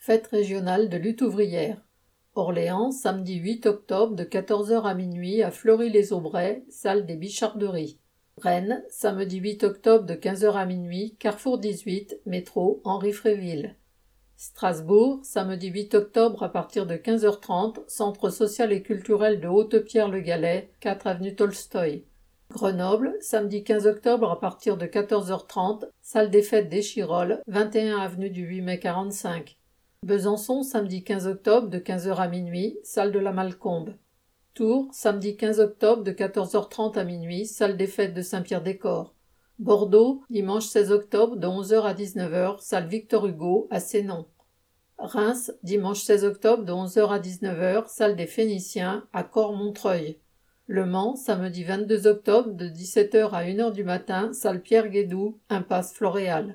Fête régionale de lutte ouvrière. Orléans, samedi 8 octobre de 14h à minuit à Fleury-les-Aubrais, salle des Bicharderies. Rennes, samedi 8 octobre de 15h à minuit, carrefour 18, métro Henri-Fréville. Strasbourg, samedi 8 octobre à partir de 15h30, centre social et culturel de Haute-Pierre-le-Galais, 4 avenue Tolstoï. Grenoble, samedi 15 octobre à partir de 14h30, salle des fêtes d'Échirolles, 21 avenue du 8 mai 45. Besançon, samedi 15 octobre de 15h à minuit, salle de la Malcombe. Tours, samedi 15 octobre de 14h30 à minuit, salle des fêtes de Saint-Pierre-des-Corps. Bordeaux, dimanche 16 octobre de 11h à 19h, salle Victor Hugo à Sénon. Reims, dimanche 16 octobre de 11h à 19h, salle des Phéniciens à Cormontreuil. Le Mans, samedi 22 octobre de 17h à 1h du matin, salle Pierre Guédou, impasse Floréal.